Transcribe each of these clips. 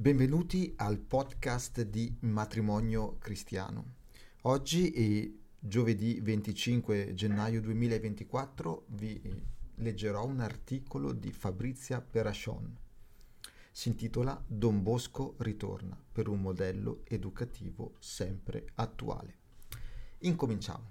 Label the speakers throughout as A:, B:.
A: Benvenuti al podcast di Matrimonio Cristiano. Oggi è giovedì 25 gennaio 2024, vi leggerò un articolo di Fabrizia Perachon. Si intitola Don Bosco ritorna per un modello educativo sempre attuale. Incominciamo.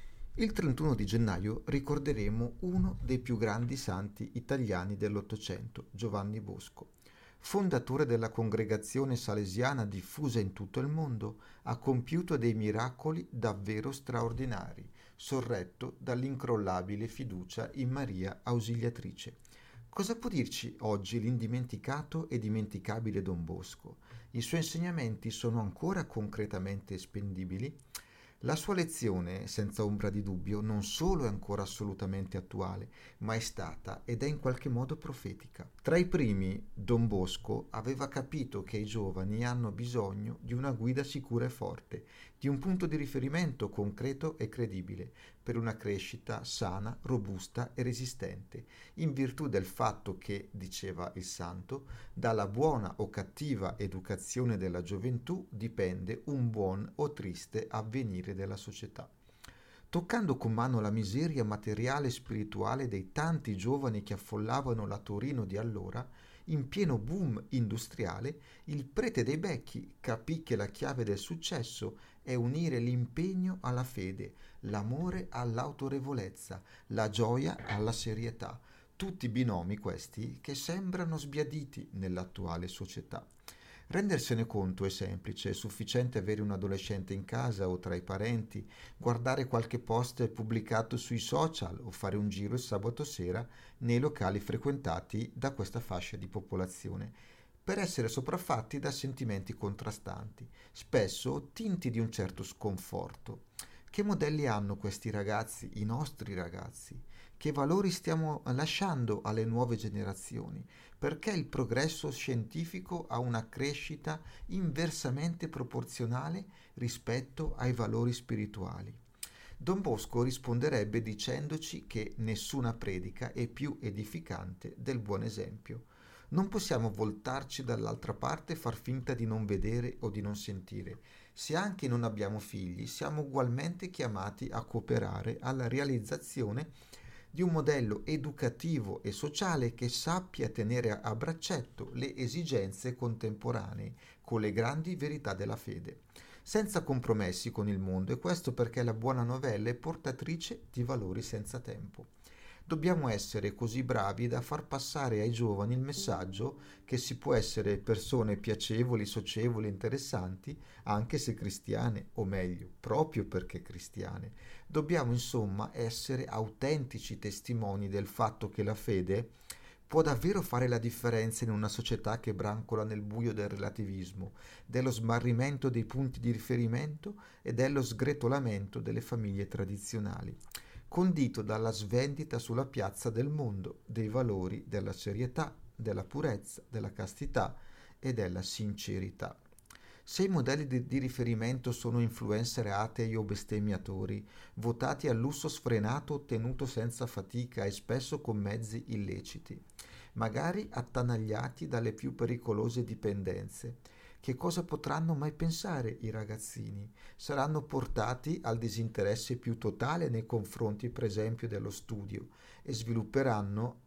A: Il 31 di gennaio ricorderemo uno dei più grandi santi italiani dell'Ottocento, Giovanni Bosco. Fondatore della congregazione salesiana diffusa in tutto il mondo, ha compiuto dei miracoli davvero straordinari, sorretto dall'incrollabile fiducia in Maria Ausiliatrice. Cosa può dirci oggi l'indimenticato e dimenticabile Don Bosco? I suoi insegnamenti sono ancora concretamente spendibili? La sua lezione, senza ombra di dubbio, non solo è ancora assolutamente attuale, ma è stata ed è in qualche modo profetica. Tra i primi, Don Bosco aveva capito che i giovani hanno bisogno di una guida sicura e forte, di un punto di riferimento concreto e credibile, per una crescita sana, robusta e resistente, in virtù del fatto che, diceva il santo, dalla buona o cattiva educazione della gioventù dipende un buon o triste avvenire della società. Toccando con mano la miseria materiale e spirituale dei tanti giovani che affollavano la Torino di allora, in pieno boom industriale, il prete dei Becchi capì che la chiave del successo è unire l'impegno alla fede, l'amore all'autorevolezza, la gioia alla serietà. Tutti binomi questi che sembrano sbiaditi nell'attuale società. Rendersene conto è semplice, è sufficiente avere un adolescente in casa o tra i parenti, guardare qualche post pubblicato sui social o fare un giro il sabato sera nei locali frequentati da questa fascia di popolazione, per essere sopraffatti da sentimenti contrastanti, spesso tinti di un certo sconforto. Che modelli hanno questi ragazzi, i nostri ragazzi? Che valori stiamo lasciando alle nuove generazioni? Perché il progresso scientifico ha una crescita inversamente proporzionale rispetto ai valori spirituali. Don Bosco risponderebbe dicendoci che nessuna predica è più edificante del buon esempio. Non possiamo voltarci dall'altra parte e far finta di non vedere o di non sentire. Se anche non abbiamo figli, siamo ugualmente chiamati a cooperare alla realizzazione di un modello educativo e sociale che sappia tenere a braccetto le esigenze contemporanee con le grandi verità della fede, senza compromessi con il mondo, e questo perché la buona novella è portatrice di valori senza tempo. Dobbiamo essere così bravi da far passare ai giovani il messaggio che si può essere persone piacevoli, socievoli, interessanti, anche se cristiane, o meglio, proprio perché cristiane. Dobbiamo insomma essere autentici testimoni del fatto che la fede può davvero fare la differenza in una società che brancola nel buio del relativismo, dello smarrimento dei punti di riferimento e dello sgretolamento delle famiglie tradizionali, condito dalla svendita sulla piazza del mondo dei valori della serietà, della purezza, della castità e della sincerità. Se i modelli di riferimento sono influencer atei o bestemmiatori, votati al lusso sfrenato ottenuto senza fatica e spesso con mezzi illeciti, magari attanagliati dalle più pericolose dipendenze, che cosa potranno mai pensare i ragazzini? Saranno portati al disinteresse più totale nei confronti, per esempio, dello studio e svilupperanno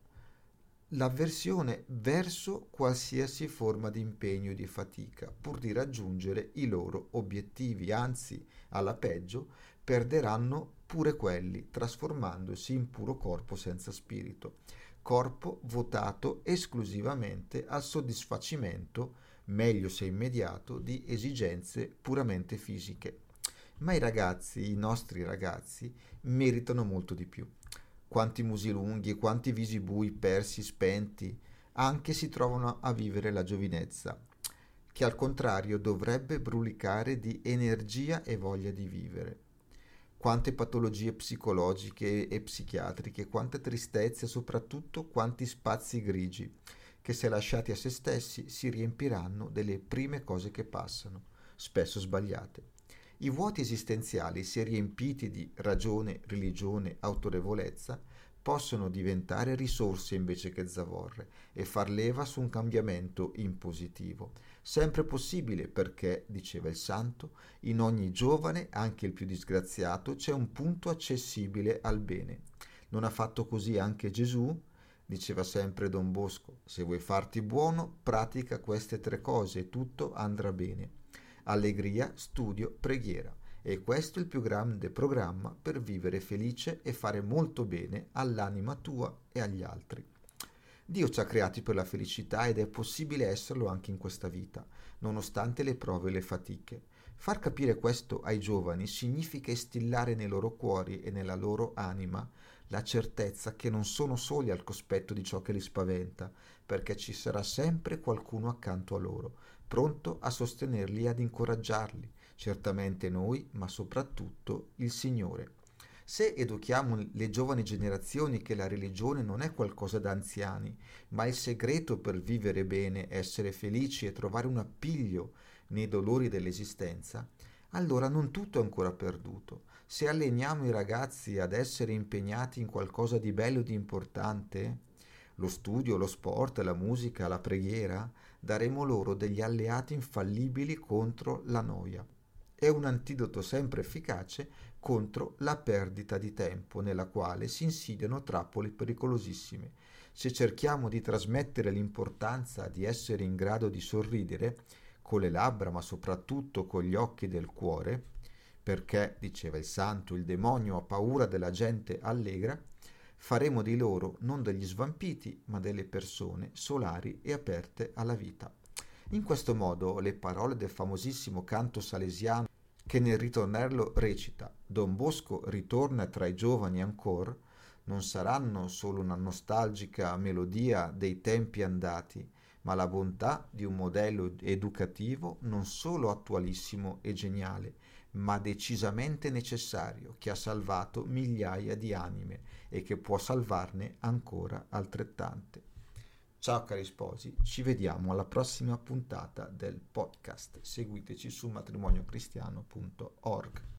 A: l'avversione verso qualsiasi forma di impegno e di fatica, pur di raggiungere i loro obiettivi, anzi, alla peggio, perderanno pure quelli, trasformandosi in puro corpo senza spirito, corpo votato esclusivamente al soddisfacimento, meglio se immediato, di esigenze puramente fisiche. Ma i ragazzi, i nostri ragazzi, meritano molto di più. Quanti musi lunghi, quanti visi bui, persi, spenti, anche si trovano a vivere la giovinezza, che al contrario dovrebbe brulicare di energia e voglia di vivere. Quante patologie psicologiche e psichiatriche, quanta tristezza e soprattutto quanti spazi grigi, che se lasciati a se stessi si riempiranno delle prime cose che passano, spesso sbagliate. I vuoti esistenziali, se riempiti di ragione, religione, autorevolezza, possono diventare risorse invece che zavorre e far leva su un cambiamento in positivo. Sempre possibile perché, diceva il santo, in ogni giovane, anche il più disgraziato, c'è un punto accessibile al bene. Non ha fatto così anche Gesù? Diceva sempre Don Bosco, se vuoi farti buono, pratica queste tre cose e tutto andrà bene. Allegria, studio, preghiera. E questo è il più grande programma per vivere felice e fare molto bene all'anima tua e agli altri. Dio ci ha creati per la felicità ed è possibile esserlo anche in questa vita, nonostante le prove e le fatiche. Far capire questo ai giovani significa instillare nei loro cuori e nella loro anima la certezza che non sono soli al cospetto di ciò che li spaventa, perché ci sarà sempre qualcuno accanto a loro, pronto a sostenerli e ad incoraggiarli, certamente noi, ma soprattutto il Signore. Se educhiamo le giovani generazioni che la religione non è qualcosa da anziani, ma il segreto per vivere bene, essere felici e trovare un appiglio nei dolori dell'esistenza, allora non tutto è ancora perduto. Se alleniamo i ragazzi ad essere impegnati in qualcosa di bello e di importante, lo studio, lo sport, la musica, la preghiera, daremo loro degli alleati infallibili contro la noia. È un antidoto sempre efficace contro la perdita di tempo nella quale si insidiano trappole pericolosissime. Se cerchiamo di trasmettere l'importanza di essere in grado di sorridere con le labbra, ma soprattutto con gli occhi del cuore, perché, diceva il santo, il demonio ha paura della gente allegra, faremo di loro non degli svampiti, ma delle persone solari e aperte alla vita. In questo modo le parole del famosissimo canto salesiano che nel ritornello recita Don Bosco ritorna tra i giovani ancor, non saranno solo una nostalgica melodia dei tempi andati, ma la bontà di un modello educativo non solo attualissimo e geniale, ma decisamente necessario, che ha salvato migliaia di anime e che può salvarne ancora altrettante. Ciao cari sposi, ci vediamo alla prossima puntata del podcast. Seguiteci su matrimoniocristiano.org.